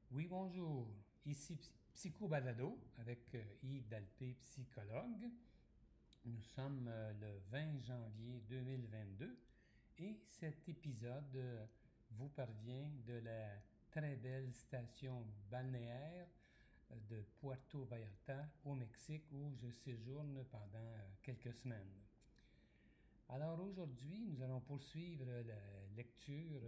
Oui, bonjour. Ici Psycho Balado avec Yves Dalpé, psychologue. Nous sommes le 20 janvier 2022 et cet épisode vous parvient de la très belle station balnéaire de Puerto Vallarta au Mexique où je séjourne pendant quelques semaines. Alors aujourd'hui, nous allons poursuivre la lecture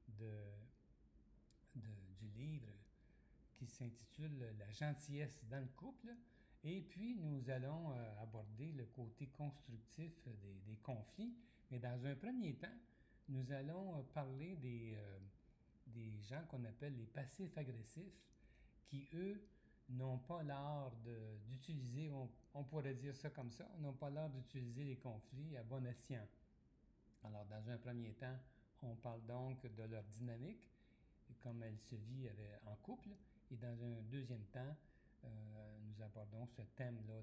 du livre qui s'intitule La gentillesse dans le couple. Et puis, nous allons aborder le côté constructif des conflits. Mais dans un premier temps, nous allons parler des gens qu'on appelle les passifs agressifs, qui, eux, n'ont pas l'art d'utiliser, on pourrait dire ça comme ça, n'ont pas l'art d'utiliser les conflits à bon escient. Alors, dans un premier temps, on parle donc de leur dynamique, comme elle se vit en couple, et dans un deuxième temps, nous abordons ce thème-là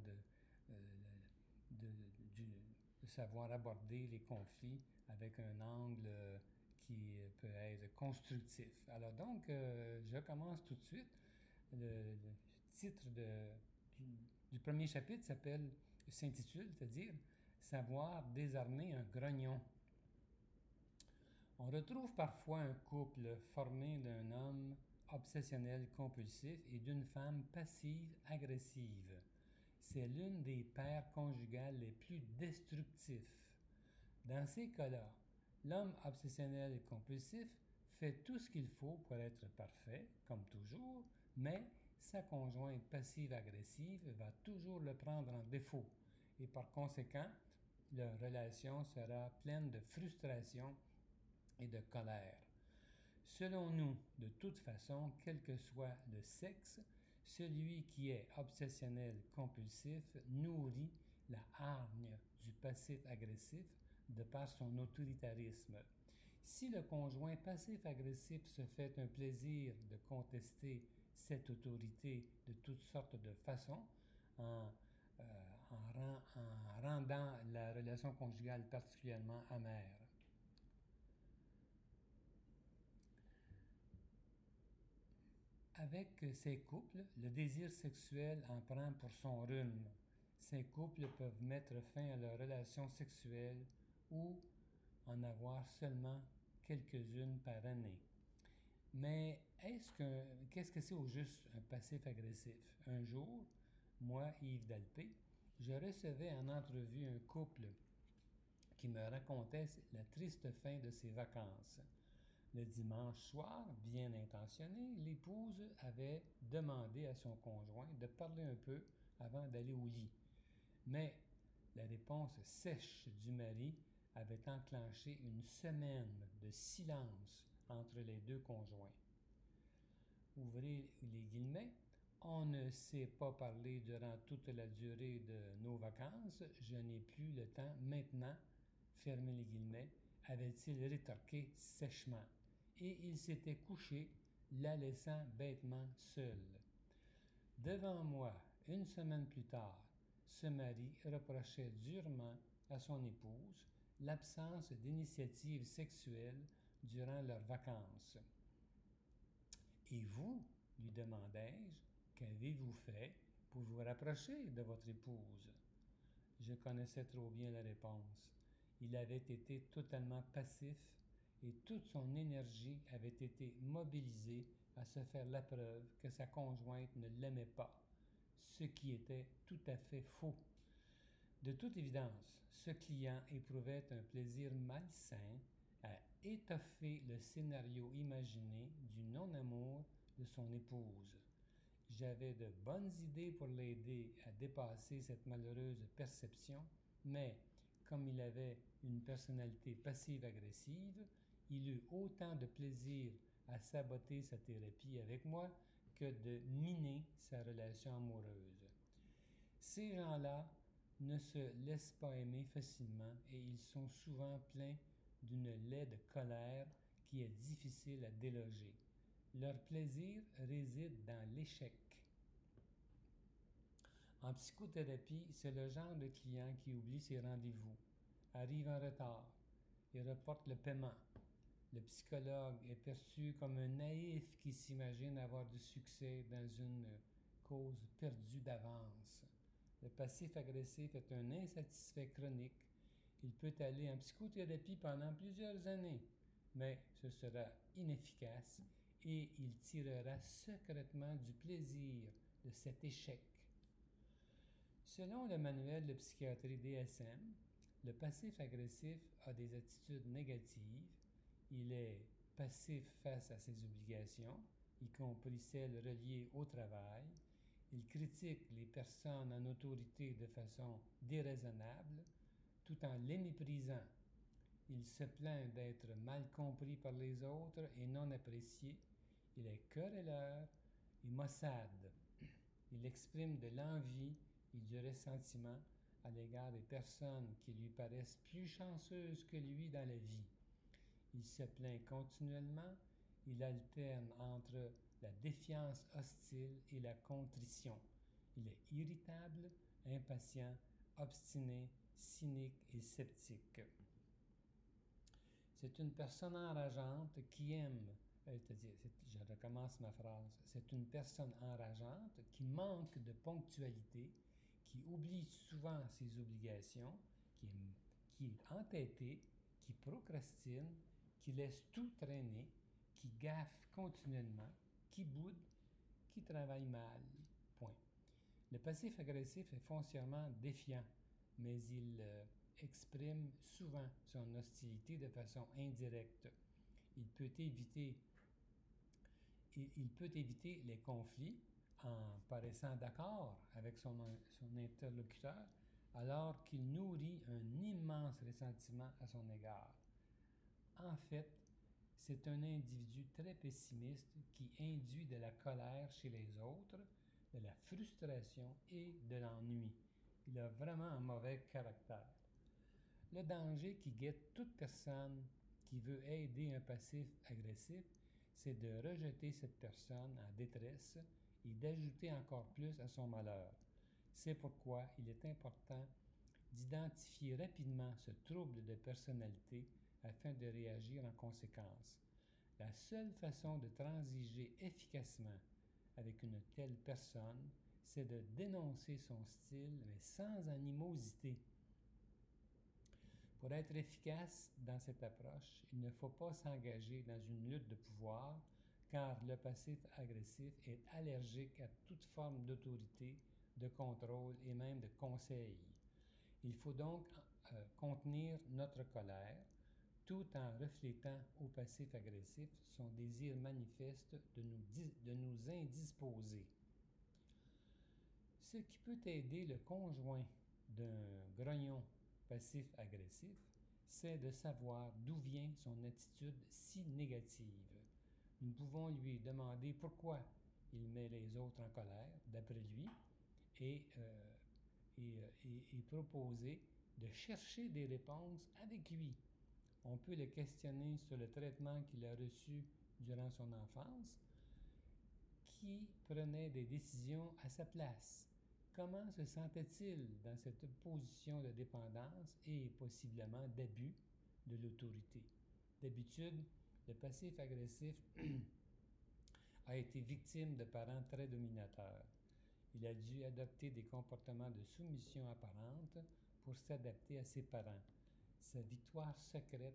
de savoir aborder les conflits avec un angle qui peut être constructif. Alors donc, je commence tout de suite. Le titre du premier chapitre s'intitule, c'est-à-dire « Savoir désarmer un grognon ». On retrouve parfois un couple formé d'un homme obsessionnel compulsif et d'une femme passive agressive. C'est l'une des paires conjugales les plus destructifs. Dans ces cas-là, l'homme obsessionnel et compulsif fait tout ce qu'il faut pour être parfait, comme toujours, mais sa conjointe passive-agressive va toujours le prendre en défaut et par conséquent, leur relation sera pleine de frustration et de colère. Selon nous, de toute façon, quel que soit le sexe, celui qui est obsessionnel compulsif nourrit la hargne du passif agressif de par son autoritarisme. Si le conjoint passif-agressif se fait un plaisir de contester cette autorité de toutes sortes de façons, en rendant la relation conjugale particulièrement amère. Avec ces couples, le désir sexuel en prend pour son rhume. Ces couples peuvent mettre fin à leur relation sexuelle ou en avoir seulement quelques-unes par année. Mais qu'est-ce que c'est au juste un passif agressif? Un jour, moi, Yves Dalpé, je recevais en entrevue un couple qui me racontait la triste fin de ses vacances. Le dimanche soir, bien intentionné, l'épouse avait demandé à son conjoint de parler un peu avant d'aller au lit. Mais la réponse sèche du mari avait enclenché une semaine de silence entre les deux conjoints. Ouvrez les guillemets. On ne s'est pas parlé durant toute la durée de nos vacances. Je n'ai plus le temps maintenant. Fermez les guillemets, avait-il rétorqué sèchement. Et il s'était couché, la laissant bêtement seule. Devant moi, une semaine plus tard, ce mari reprochait durement à son épouse l'absence d'initiative sexuelle durant leurs vacances. Et vous, lui demandai-je, qu'avez-vous fait pour vous rapprocher de votre épouse? Je connaissais trop bien la réponse. Il avait été totalement passif et toute son énergie avait été mobilisée à se faire la preuve que sa conjointe ne l'aimait pas, ce qui était tout à fait faux. De toute évidence, ce client éprouvait un plaisir malsain à étoffer le scénario imaginé du non-amour de son épouse. J'avais de bonnes idées pour l'aider à dépasser cette malheureuse perception, mais comme il avait une personnalité passive-agressive, il eut autant de plaisir à saboter sa thérapie avec moi que de miner sa relation amoureuse. Ces gens-là ne se laissent pas aimer facilement et ils sont souvent pleins d'une laide colère qui est difficile à déloger. Leur plaisir réside dans l'échec. En psychothérapie, c'est le genre de client qui oublie ses rendez-vous, arrive en retard et reporte le paiement. Le psychologue est perçu comme un naïf qui s'imagine avoir du succès dans une cause perdue d'avance. Le passif agressif est un insatisfait chronique. Il peut aller en psychothérapie pendant plusieurs années, mais ce sera inefficace et il tirera secrètement du plaisir de cet échec. Selon le manuel de psychiatrie DSM, le passif agressif a des attitudes négatives. Il est passif face à ses obligations, y compris celles reliées au travail. Il critique les personnes en autorité de façon déraisonnable, tout en les méprisant. Il se plaint d'être mal compris par les autres et non apprécié. Il est querelleur et maussade. Il exprime de l'envie et du ressentiment à l'égard des personnes qui lui paraissent plus chanceuses que lui dans la vie. Il se plaint continuellement. Il alterne entre la défiance hostile et la contrition. Il est irritable, impatient, obstiné, cynique et sceptique. C'est une personne enrageante qui aime, je recommence ma phrase, c'est une personne enrageante qui manque de ponctualité, qui oublie souvent ses obligations, qui est entêté, qui procrastine, qui laisse tout traîner, qui gaffe continuellement, qui boude, qui travaille mal. Point. Le passif agressif est foncièrement défiant, mais il exprime souvent son hostilité de façon indirecte. Il peut éviter les conflits en paraissant d'accord avec son interlocuteur, alors qu'il nourrit un immense ressentiment à son égard. En fait, c'est un individu très pessimiste qui induit de la colère chez les autres, de la frustration et de l'ennui. Il a vraiment un mauvais caractère. Le danger qui guette toute personne qui veut aider un passif agressif, c'est de rejeter cette personne en détresse et d'ajouter encore plus à son malheur. C'est pourquoi il est important d'identifier rapidement ce trouble de personnalité afin de réagir en conséquence. La seule façon de transiger efficacement avec une telle personne, c'est de dénoncer son style, mais sans animosité. Pour être efficace dans cette approche, il ne faut pas s'engager dans une lutte de pouvoir, car le passif agressif est allergique à toute forme d'autorité, de contrôle et même de conseil. Il faut donc contenir notre colère, tout en reflétant au passif agressif son désir manifeste de nous indisposer. Ce qui peut aider le conjoint d'un grognon passif-agressif, c'est de savoir d'où vient son attitude si négative. Nous pouvons lui demander pourquoi il met les autres en colère, d'après lui, et proposer de chercher des réponses avec lui. On peut le questionner sur le traitement qu'il a reçu durant son enfance, qui prenait des décisions à sa place. Comment se sentait-il dans cette position de dépendance et possiblement d'abus de l'autorité? D'habitude, le passif agressif a été victime de parents très dominateurs. Il a dû adopter des comportements de soumission apparente pour s'adapter à ses parents. Sa victoire secrète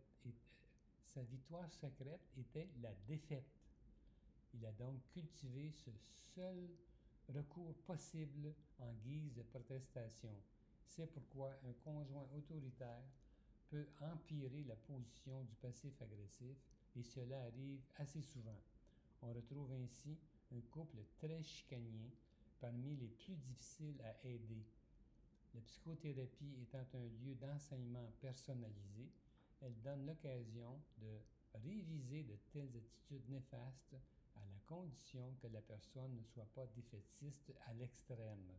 était la défaite. Il a donc cultivé ce seul recours possible en guise de protestation. C'est pourquoi un conjoint autoritaire peut empirer la position du passif agressif et cela arrive assez souvent. On retrouve ainsi un couple très chicanier parmi les plus difficiles à aider. La psychothérapie étant un lieu d'enseignement personnalisé, elle donne l'occasion de réviser de telles attitudes néfastes à la condition que la personne ne soit pas défaitiste à l'extrême.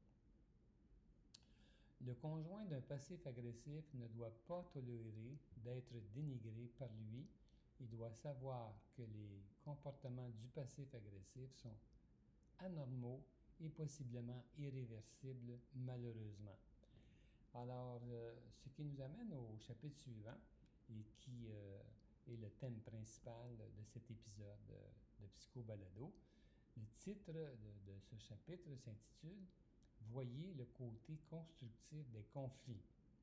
Le conjoint d'un passif agressif ne doit pas tolérer d'être dénigré par lui. Il doit savoir que les comportements du passif agressif sont anormaux et possiblement irréversibles, malheureusement. Alors, ce qui nous amène au chapitre suivant et qui est le thème principal de cet épisode de Psycho Balado. Le titre de ce chapitre s'intitule « Voyez le côté constructif des conflits ».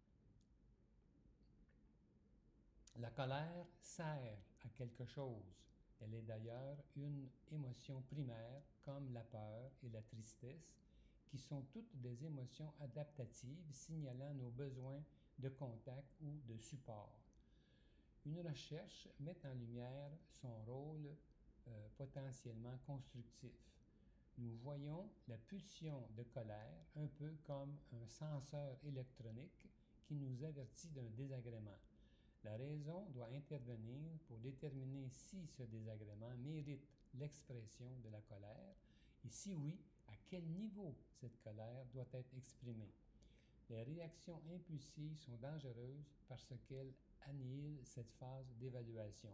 La colère sert à quelque chose. Elle est d'ailleurs une émotion primaire comme la peur et la tristesse, qui sont toutes des émotions adaptatives signalant nos besoins de contact ou de support. Une recherche met en lumière son rôle potentiellement constructif. Nous voyons la pulsion de colère un peu comme un senseur électronique qui nous avertit d'un désagrément. La raison doit intervenir pour déterminer si ce désagrément mérite l'expression de la colère et si oui, à quel niveau cette colère doit être exprimée. Les réactions impulsives sont dangereuses parce qu'elles annihilent cette phase d'évaluation.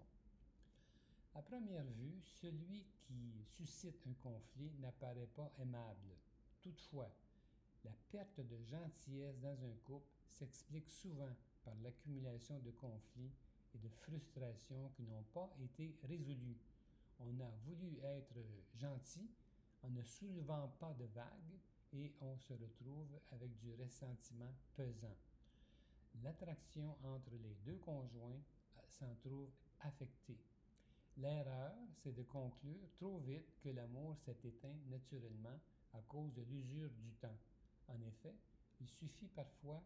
À première vue, celui qui suscite un conflit n'apparaît pas aimable. Toutefois, la perte de gentillesse dans un couple s'explique souvent par l'accumulation de conflits et de frustrations qui n'ont pas été résolus. On a voulu être gentil en ne soulevant pas de vagues et on se retrouve avec du ressentiment pesant. L'attraction entre les deux conjoints s'en trouve affectée. L'erreur, c'est de conclure trop vite que l'amour s'est éteint naturellement à cause de l'usure du temps. En effet, il suffit parfois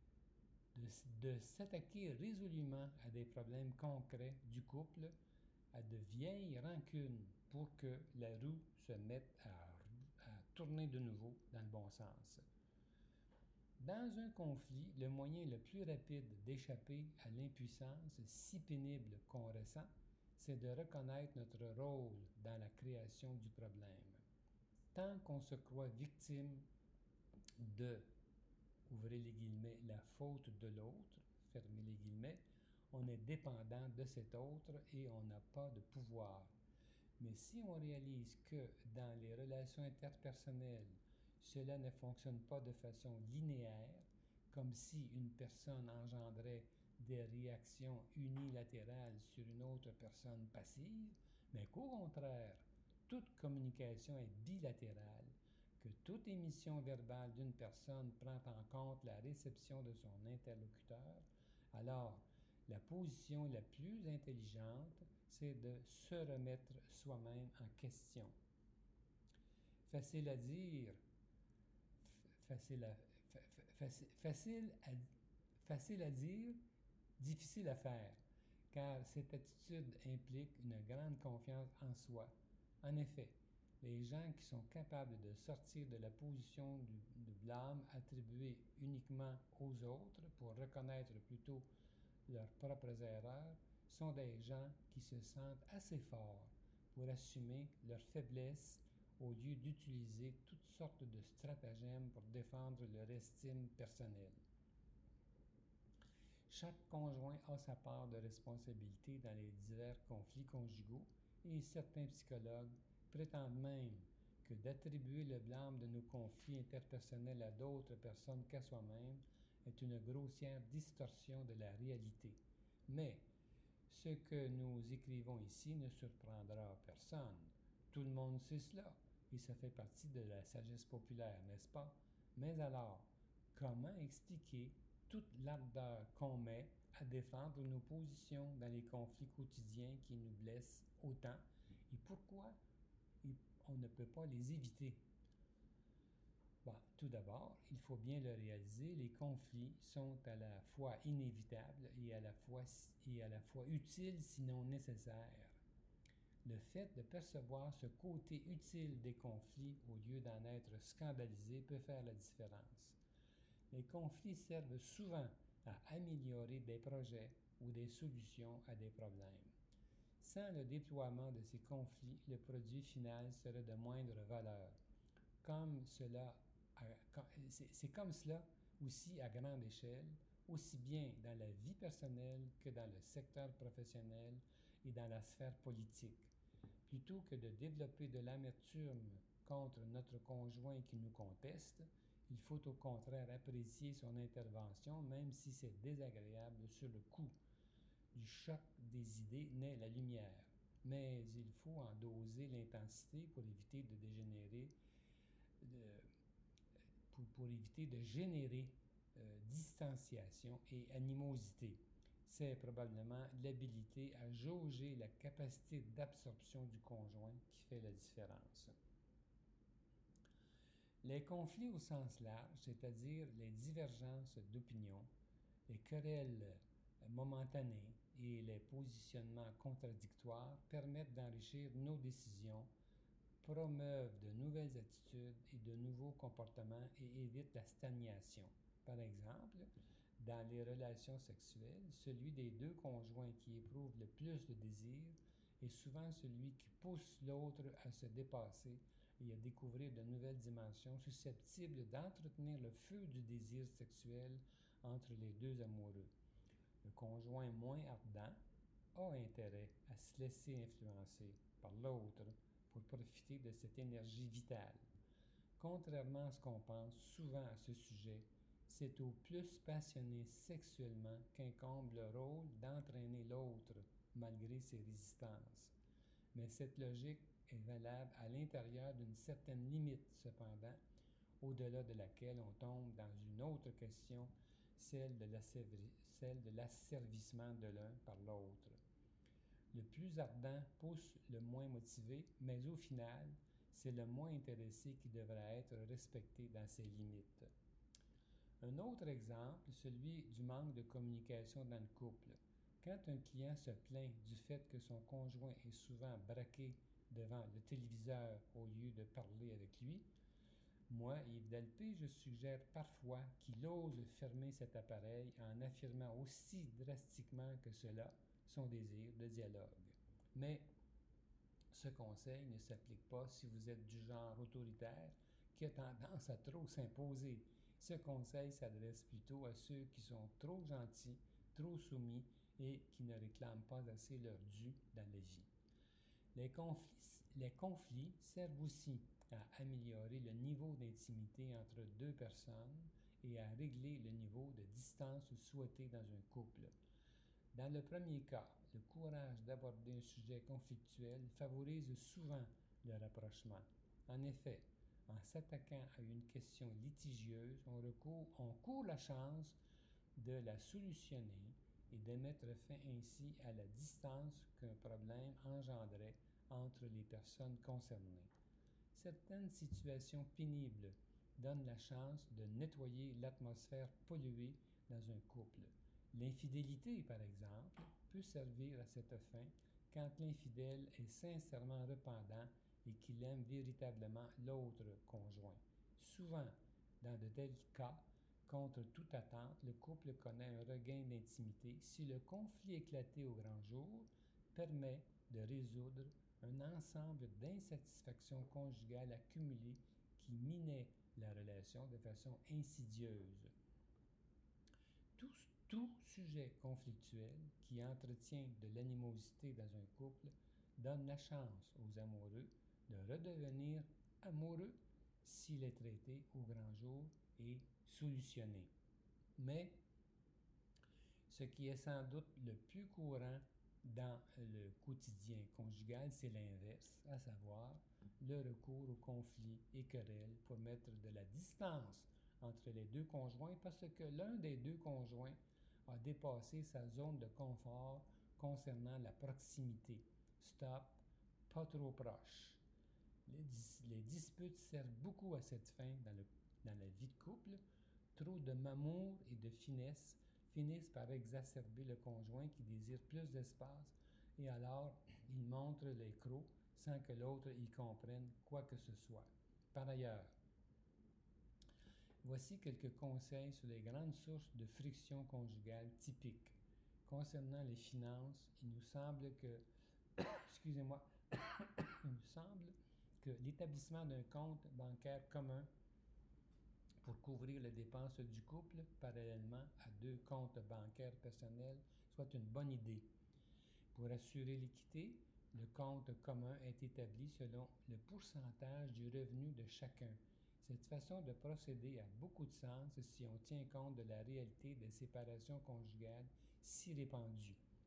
de s'attaquer résolument à des problèmes concrets du couple, à de vieilles rancunes, pour que la roue se mette à tourner de nouveau dans le bon sens. Dans un conflit, le moyen le plus rapide d'échapper à l'impuissance si pénible qu'on ressent, c'est de reconnaître notre rôle dans la création du problème. Tant qu'on se croit victime de, ouvrez les guillemets, la faute de l'autre, fermez les guillemets, on est dépendant de cet autre et on n'a pas de pouvoir. Mais si on réalise que dans les relations interpersonnelles, cela ne fonctionne pas de façon linéaire, comme si une personne engendrait des réactions unilatérales sur une autre personne passive, mais qu'au contraire, toute communication est bilatérale, que toute émission verbale d'une personne prend en compte la réception de son interlocuteur, alors la position la plus intelligente, c'est de se remettre soi-même en question. Facile à dire, facile à dire, difficile à faire, car cette attitude implique une grande confiance en soi. En effet, les gens qui sont capables de sortir de la position de blâme attribuée uniquement aux autres pour reconnaître plutôt leurs propres erreurs sont des gens qui se sentent assez forts pour assumer leurs faiblesses au lieu d'utiliser toutes sortes de stratagèmes pour défendre leur estime personnelle. Chaque conjoint a sa part de responsabilité dans les divers conflits conjugaux et certains psychologues prétendent même que d'attribuer le blâme de nos conflits interpersonnels à d'autres personnes qu'à soi-même est une grossière distorsion de la réalité. Mais ce que nous écrivons ici ne surprendra personne. Tout le monde sait cela et ça fait partie de la sagesse populaire, n'est-ce pas? Mais alors, comment expliquer toute l'ardeur qu'on met à défendre nos positions dans les conflits quotidiens qui nous blessent autant et pourquoi on ne peut pas les éviter? Bon, tout d'abord, il faut bien le réaliser, les conflits sont à la fois inévitables et à la fois utiles, sinon nécessaires. Le fait de percevoir ce côté utile des conflits au lieu d'en être scandalisé peut faire la différence. Les conflits servent souvent à améliorer des projets ou des solutions à des problèmes. Sans le déploiement de ces conflits, le produit final serait de moindre valeur. C'est comme cela aussi à grande échelle, aussi bien dans la vie personnelle que dans le secteur professionnel et dans la sphère politique. Plutôt que de développer de l'amertume contre notre conjoint qui nous conteste, il faut au contraire apprécier son intervention, même si c'est désagréable sur le coup. du choc des idées naît la lumière. Mais il faut en doser l'intensité pour éviter de dégénérer, pour éviter de générer distanciation et animosité. C'est probablement l'habilité à jauger la capacité d'absorption du conjoint qui fait la différence. Les conflits au sens large, c'est-à-dire les divergences d'opinion, les querelles momentanées et les positionnements contradictoires permettent d'enrichir nos décisions, promeuvent de nouvelles attitudes et de nouveaux comportements et évitent la stagnation. Par exemple, dans les relations sexuelles, celui des deux conjoints qui éprouve le plus de désir est souvent celui qui pousse l'autre à se dépasser et à découvrir de nouvelles dimensions susceptibles d'entretenir le feu du désir sexuel entre les deux amoureux. Le conjoint moins ardent a intérêt à se laisser influencer par l'autre pour profiter de cette énergie vitale. Contrairement à ce qu'on pense souvent à ce sujet, c'est au plus passionné sexuellement qu'incombe le rôle d'entraîner l'autre malgré ses résistances. Mais cette logique est valable à l'intérieur d'une certaine limite cependant, au-delà de laquelle on tombe dans une autre question, celle de l'asservissement de l'un par l'autre. Le plus ardent pousse le moins motivé, mais au final, c'est le moins intéressé qui devra être respecté dans ses limites. Un autre exemple, celui du manque de communication dans le couple. Quand un client se plaint du fait que son conjoint est souvent braqué devant le téléviseur au lieu de parler avec lui, moi, Yves Delpé, je suggère parfois qu'il ose fermer cet appareil en affirmant aussi drastiquement que cela son désir de dialogue. Mais ce conseil ne s'applique pas si vous êtes du genre autoritaire qui a tendance à trop s'imposer. Ce conseil s'adresse plutôt à ceux qui sont trop gentils, trop soumis et qui ne réclament pas assez leur dû dans la vie. Les conflits servent aussi à améliorer le niveau d'intimité entre deux personnes et à régler le niveau de distance souhaité dans un couple. Dans le premier cas, le courage d'aborder un sujet conflictuel favorise souvent le rapprochement. En effet, en s'attaquant à une question litigieuse, on court la chance de la solutionner et de mettre fin ainsi à la distance qu'un problème engendrait entre les personnes concernées. Certaines situations pénibles donnent la chance de nettoyer l'atmosphère polluée dans un couple. L'infidélité, par exemple, peut servir à cette fin quand l'infidèle est sincèrement repentant et qu'il aime véritablement l'autre conjoint. Souvent, dans de tels cas, contre toute attente, le couple connaît un regain d'intimité si le conflit éclaté au grand jour permet de résoudre un ensemble d'insatisfactions conjugales accumulées qui minaient la relation de façon insidieuse. Tout sujet conflictuel qui entretient de l'animosité dans un couple donne la chance aux amoureux de redevenir amoureux s'il est traité au grand jour et solutionné. Mais ce qui est sans doute le plus courant dans le quotidien conjugal, c'est l'inverse, à savoir le recours au conflit et querelles pour mettre de la distance entre les deux conjoints parce que l'un des deux conjoints a dépassé sa zone de confort concernant la proximité. Stop, pas trop proche. Les disputes servent beaucoup à cette fin dans la vie de couple. Trop de mamour et de finesse finissent par exacerber le conjoint qui désire plus d'espace et alors il montre les crocs sans que l'autre y comprenne quoi que ce soit. Par ailleurs, voici quelques conseils sur les grandes sources de friction conjugale typiques. Concernant les finances, il nous semble que l'établissement d'un compte bancaire commun pour couvrir les dépenses du couple parallèlement à deux comptes bancaires personnels soit une bonne idée. Pour assurer l'équité, le compte commun est établi selon le pourcentage du revenu de chacun. Cette façon de procéder a beaucoup de sens si on tient compte de la réalité des séparations conjugales si répandues.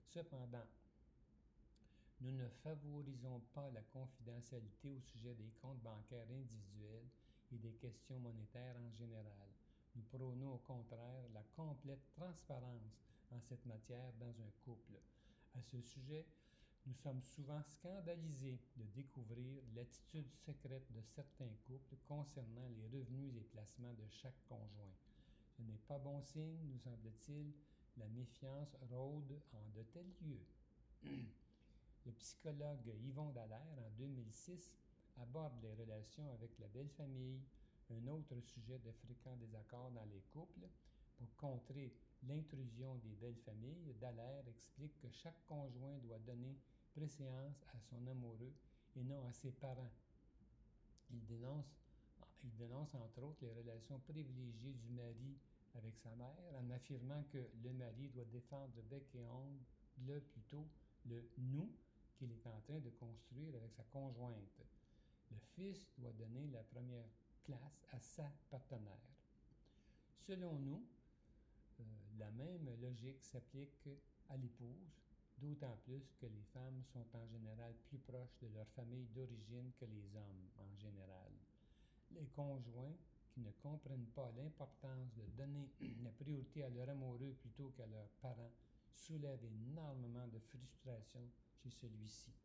Cependant, nous ne favorisons pas la confidentialité au sujet des comptes bancaires individuels et des questions monétaires en général. Nous prônons au contraire la complète transparence en cette matière dans un couple. À ce sujet, nous sommes souvent scandalisés de découvrir l'attitude secrète de certains couples concernant les revenus et placements de chaque conjoint. Ce n'est pas bon signe, nous semble-t-il, la méfiance rôde en de tels lieux. Le psychologue Yvon Dallaire, en 2006, aborde les relations avec la belle famille, un autre sujet de fréquents désaccords dans les couples. Pour contrer l'intrusion des belles familles, Dallaire explique que chaque conjoint doit donner préséance à son amoureux et non à ses parents. Il dénonce entre autres les relations privilégiées du mari avec sa mère en affirmant que le mari doit défendre bec et ongle plutôt le « nous » qu'il est en train de construire avec sa conjointe. Le fils doit donner la première place à sa partenaire. Selon nous, la même logique s'applique à l'épouse, d'autant plus que les femmes sont en général plus proches de leur famille d'origine que les hommes en général. Les conjoints qui ne comprennent pas l'importance de donner la priorité à leur amoureux plutôt qu'à leurs parents soulèvent énormément de frustration chez celui-ci.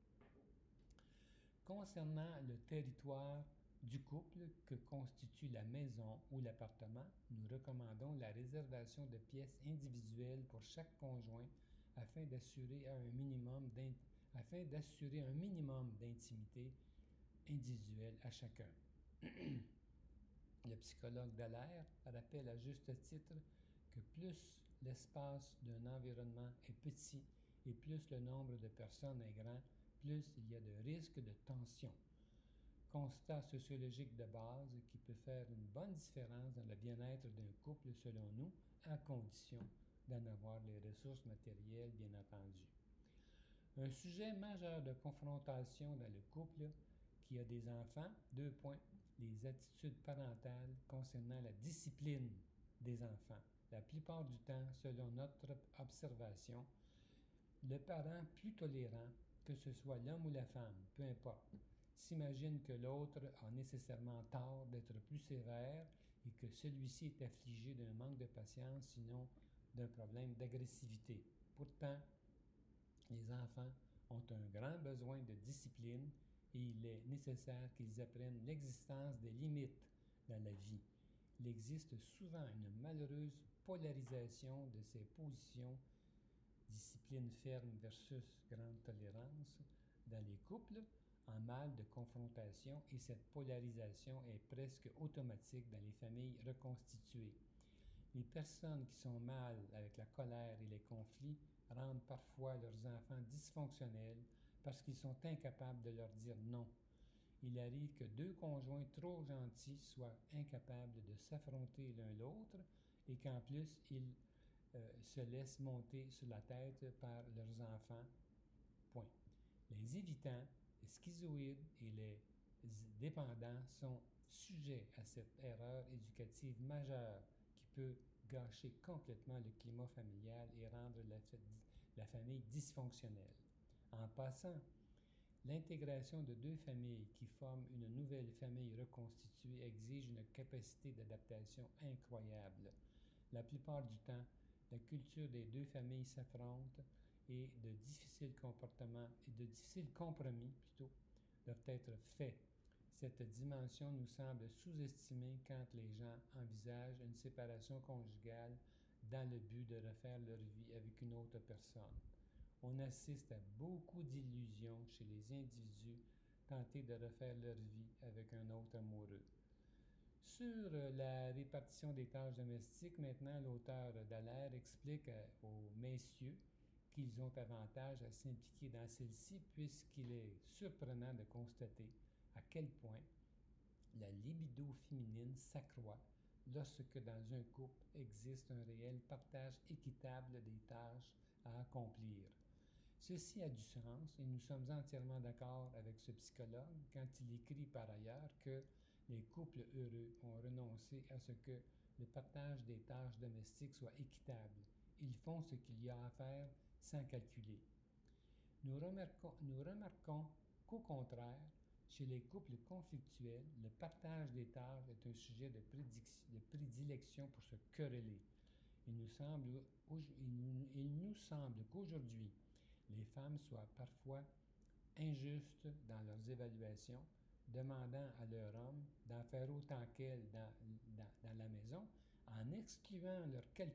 Concernant le territoire du couple que constitue la maison ou l'appartement, nous recommandons la réservation de pièces individuelles pour chaque conjoint afin d'assurer un minimum d'intimité individuelle à chacun. Le psychologue Dallaire rappelle à juste titre que plus l'espace d'un environnement est petit et plus le nombre de personnes est grand, plus il y a de risques de tension. Constat sociologique de base qui peut faire une bonne différence dans le bien-être d'un couple selon nous, à condition d'en avoir les ressources matérielles, bien entendu. Un sujet majeur de confrontation dans le couple qui a des enfants, 2 points, les attitudes parentales concernant la discipline des enfants. La plupart du temps, selon notre observation, le parent plus tolérant, que ce soit l'homme ou la femme, peu importe, s'imagine que l'autre a nécessairement tort d'être plus sévère et que celui-ci est affligé d'un manque de patience, sinon d'un problème d'agressivité. Pourtant, les enfants ont un grand besoin de discipline et il est nécessaire qu'ils apprennent l'existence des limites dans la vie. Il existe souvent une malheureuse polarisation de ces positions, discipline ferme versus grande tolérance, dans les couples, en mal de confrontation, et cette polarisation est presque automatique dans les familles reconstituées. Les personnes qui sont mal avec la colère et les conflits rendent parfois leurs enfants dysfonctionnels parce qu'ils sont incapables de leur dire non. Il arrive que 2 conjoints trop gentils soient incapables de s'affronter l'un l'autre et qu'en plus ils se laissent monter sur la tête par leurs enfants. Point. Les évitants, les schizoïdes et les dépendants sont sujets à cette erreur éducative majeure qui peut gâcher complètement le climat familial et rendre la famille dysfonctionnelle. En passant, l'intégration de 2 familles qui forment une nouvelle famille reconstituée exige une capacité d'adaptation incroyable. La plupart du temps, la culture des 2 familles s'affronte et de difficiles compromis doivent être faits. Cette dimension nous semble sous-estimée quand les gens envisagent une séparation conjugale dans le but de refaire leur vie avec une autre personne. On assiste à beaucoup d'illusions chez les individus tentés de refaire leur vie avec un autre amoureux. Sur la répartition des tâches domestiques, maintenant, l'auteur Dallaire explique aux messieurs qu'ils ont avantage à s'impliquer dans celle-ci puisqu'il est surprenant de constater à quel point la libido féminine s'accroît lorsque dans un couple existe un réel partage équitable des tâches à accomplir. Ceci a du sens et nous sommes entièrement d'accord avec ce psychologue quand il écrit par ailleurs que les couples heureux ont renoncé à ce que le partage des tâches domestiques soit équitable. Ils font ce qu'il y a à faire sans calculer. Nous remarquons qu'au contraire, chez les couples conflictuels, le partage des tâches est un sujet de prédilection pour se quereller. Il nous semble qu'aujourd'hui, les femmes soient parfois injustes dans leurs évaluations, demandant à leur homme d'en faire autant qu'elles dans la maison, en excluant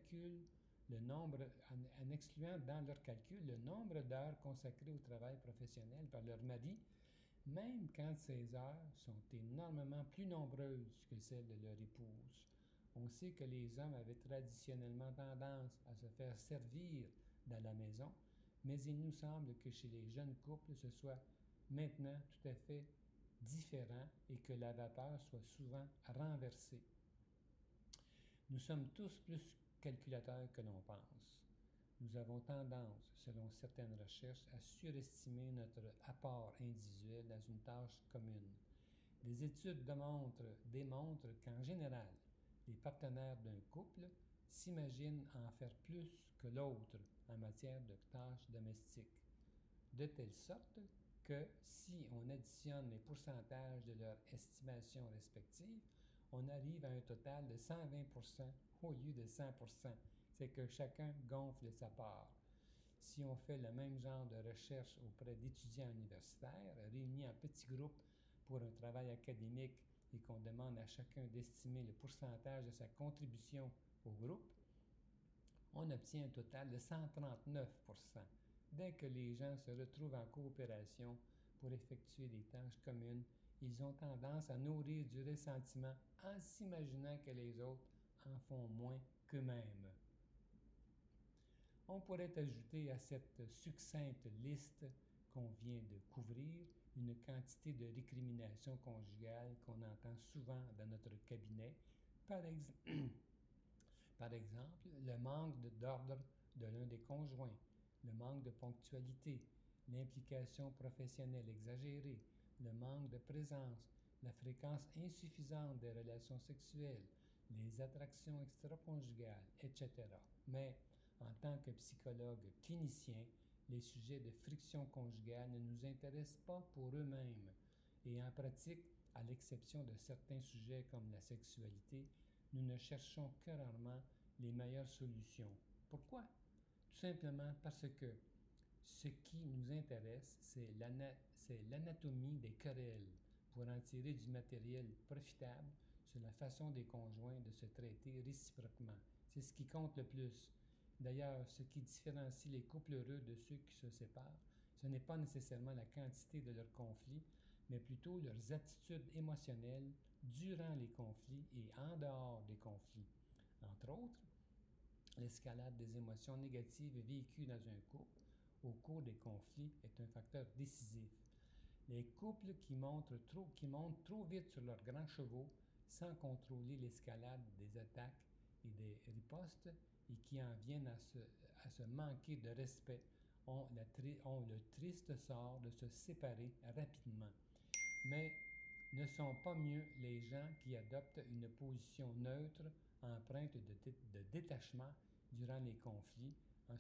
dans leur calcul le nombre d'heures consacrées au travail professionnel par leur mari, même quand ces heures sont énormément plus nombreuses que celles de leur épouse. On sait que les hommes avaient traditionnellement tendance à se faire servir dans la maison, mais il nous semble que chez les jeunes couples, ce soit maintenant tout à fait différent et que la vapeur soit souvent renversée. Nous sommes tous plus calculateurs que l'on pense. Nous avons tendance, selon certaines recherches, à surestimer notre apport individuel dans une tâche commune. Des études démontrent qu'en général, les partenaires d'un couple s'imaginent en faire plus que l'autre en matière de tâches domestiques, de telle sorte que si on additionne les pourcentages de leur estimation respective, on arrive à un total de 120% au lieu de 100%. C'est que chacun gonfle sa part. Si on fait le même genre de recherche auprès d'étudiants universitaires réunis en petits groupes pour un travail académique et qu'on demande à chacun d'estimer le pourcentage de sa contribution au groupe, on obtient un total de 139%. Dès que les gens se retrouvent en coopération pour effectuer des tâches communes, ils ont tendance à nourrir du ressentiment en s'imaginant que les autres en font moins qu'eux-mêmes. On pourrait ajouter à cette succincte liste qu'on vient de couvrir une quantité de récriminations conjugales qu'on entend souvent dans notre cabinet. Par exemple, le manque d'ordre de l'un des conjoints, le manque de ponctualité, l'implication professionnelle exagérée, le manque de présence, la fréquence insuffisante des relations sexuelles, les attractions extraconjugales, etc. Mais, en tant que psychologue clinicien, les sujets de friction conjugale ne nous intéressent pas pour eux-mêmes. Et en pratique, à l'exception de certains sujets comme la sexualité, nous ne cherchons que rarement les meilleures solutions. Pourquoi? Tout simplement parce que ce qui nous intéresse, c'est l'anatomie des querelles pour en tirer du matériel profitable sur la façon des conjoints de se traiter réciproquement. C'est ce qui compte le plus. D'ailleurs, ce qui différencie les couples heureux de ceux qui se séparent, ce n'est pas nécessairement la quantité de leurs conflits, mais plutôt leurs attitudes émotionnelles durant les conflits et en dehors des conflits. Entre autres, l'escalade des émotions négatives vécues dans un couple au cours des conflits est un facteur décisif. Les couples qui montent trop vite sur leurs grands chevaux sans contrôler l'escalade des attaques et des ripostes et qui en viennent à se manquer de respect ont le triste sort de se séparer rapidement. Mais ne sont pas mieux les gens qui adoptent une position neutre empreinte de détachement durant les conflits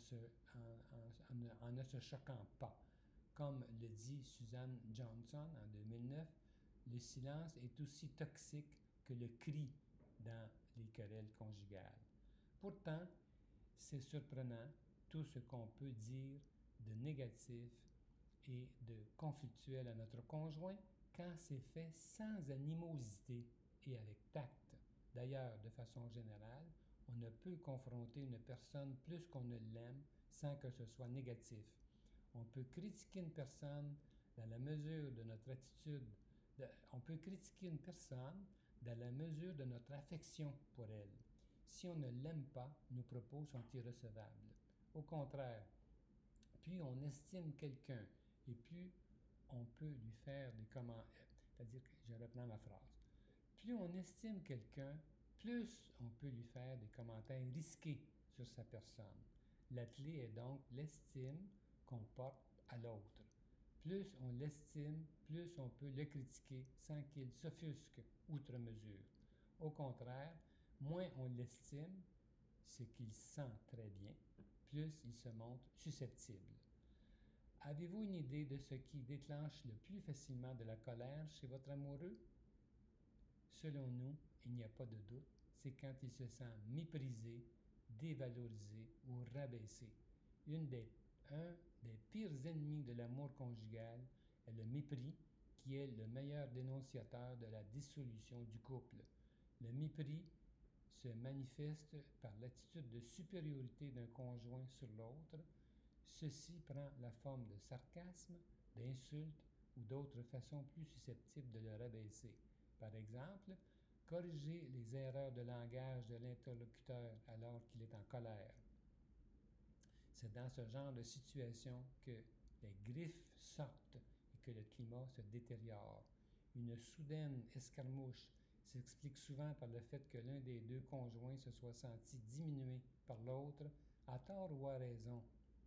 en ne se choquant pas. Comme le dit Susan Johnson en 2009, le silence est aussi toxique que le cri dans les querelles conjugales. Pourtant, c'est surprenant tout ce qu'on peut dire de négatif et de conflictuel à notre conjoint quand c'est fait sans animosité et avec tact. D'ailleurs, de façon générale, on ne peut confronter une personne plus qu'on ne l'aime sans que ce soit négatif. On peut critiquer une personne dans la mesure de notre affection pour elle. Si on ne l'aime pas, nos propos sont irrecevables. Au contraire, plus on estime quelqu'un et plus on peut lui faire des commentaires. C'est-à-dire que je reprends ma phrase. Plus on estime quelqu'un, plus on peut lui faire des commentaires risqués sur sa personne. La clé est donc l'estime qu'on porte à l'autre. Plus on l'estime, plus on peut le critiquer sans qu'il s'offusque outre mesure. Au contraire, moins on l'estime, ce qu'il sent très bien, plus il se montre susceptible. Avez-vous une idée de ce qui déclenche le plus facilement de la colère chez votre amoureux? Selon nous, il n'y a pas de doute, c'est quand il se sent méprisé, dévalorisé ou rabaissé. Un des pires ennemis de l'amour conjugal est le mépris, qui est le meilleur dénonciateur de la dissolution du couple. Le mépris se manifeste par l'attitude de supériorité d'un conjoint sur l'autre. Ceci prend la forme de sarcasme, d'insultes ou d'autres façons plus susceptibles de le rabaisser. Par exemple, corriger les erreurs de langage de l'interlocuteur alors qu'il est en colère. C'est dans ce genre de situation que les griffes sortent et que le climat se détériore. Une soudaine escarmouche s'explique souvent par le fait que l'un des deux conjoints se soit senti diminué par l'autre, à tort ou à raison.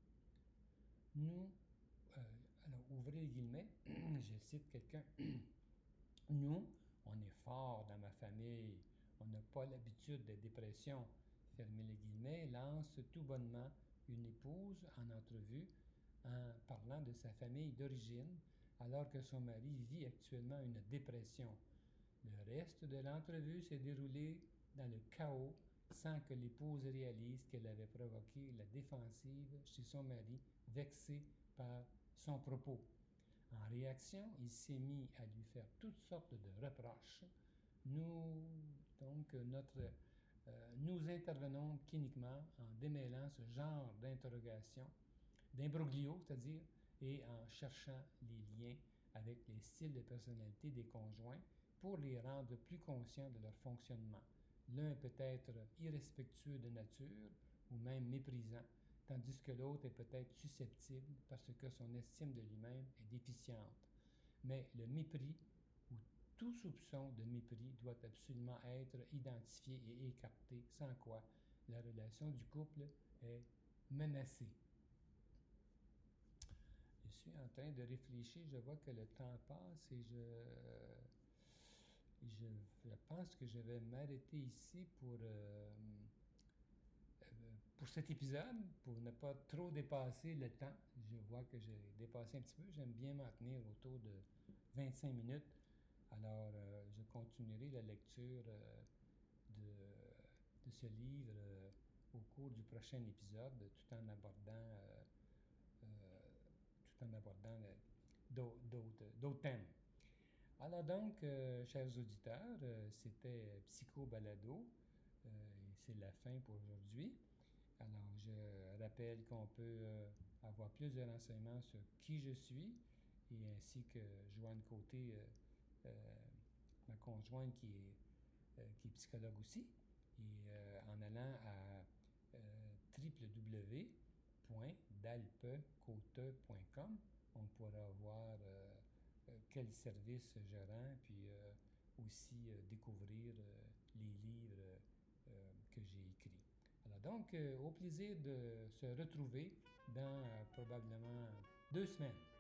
Alors ouvrez les guillemets, je cite quelqu'un, nous, on est fort dans ma famille, on n'a pas l'habitude des dépressions, fermez les guillemets, lance tout bonnement une épouse en entrevue en parlant de sa famille d'origine, alors que son mari vit actuellement une dépression. Le reste de l'entrevue s'est déroulé dans le chaos sans que l'épouse réalise qu'elle avait provoqué la défensive chez son mari, vexé par son propos. En réaction, il s'est mis à lui faire toutes sortes de reproches. Nous intervenons cliniquement en démêlant ce genre d'interrogation, d'imbroglio, c'est-à-dire, et en cherchant les liens avec les styles de personnalité des conjoints pour les rendre plus conscients de leur fonctionnement. L'un peut être irrespectueux de nature ou même méprisant, tandis que l'autre est peut-être susceptible parce que son estime de lui-même est déficiente. Mais le mépris ou tout soupçon de mépris doit absolument être identifié et écarté, sans quoi la relation du couple est menacée. Je suis en train de réfléchir, je vois que le temps passe et je pense que je vais m'arrêter ici pour cet épisode, pour ne pas trop dépasser le temps. Je vois que j'ai dépassé un petit peu. J'aime bien m'en tenir autour de 25 minutes. Alors, je continuerai la lecture de ce livre au cours du prochain épisode, tout en abordant d'autres thèmes. Alors donc, chers auditeurs, c'était Psycho Balado. Et c'est la fin pour aujourd'hui. Alors, je rappelle qu'on peut avoir plus de renseignements sur qui je suis et ainsi que Joanne Côté, ma conjointe qui est psychologue aussi. Et en allant à www.dalpecote.com, on pourra voir quel service je rends, puis aussi découvrir les livres que j'ai écrits. Alors donc, au plaisir de se retrouver dans probablement 2 semaines.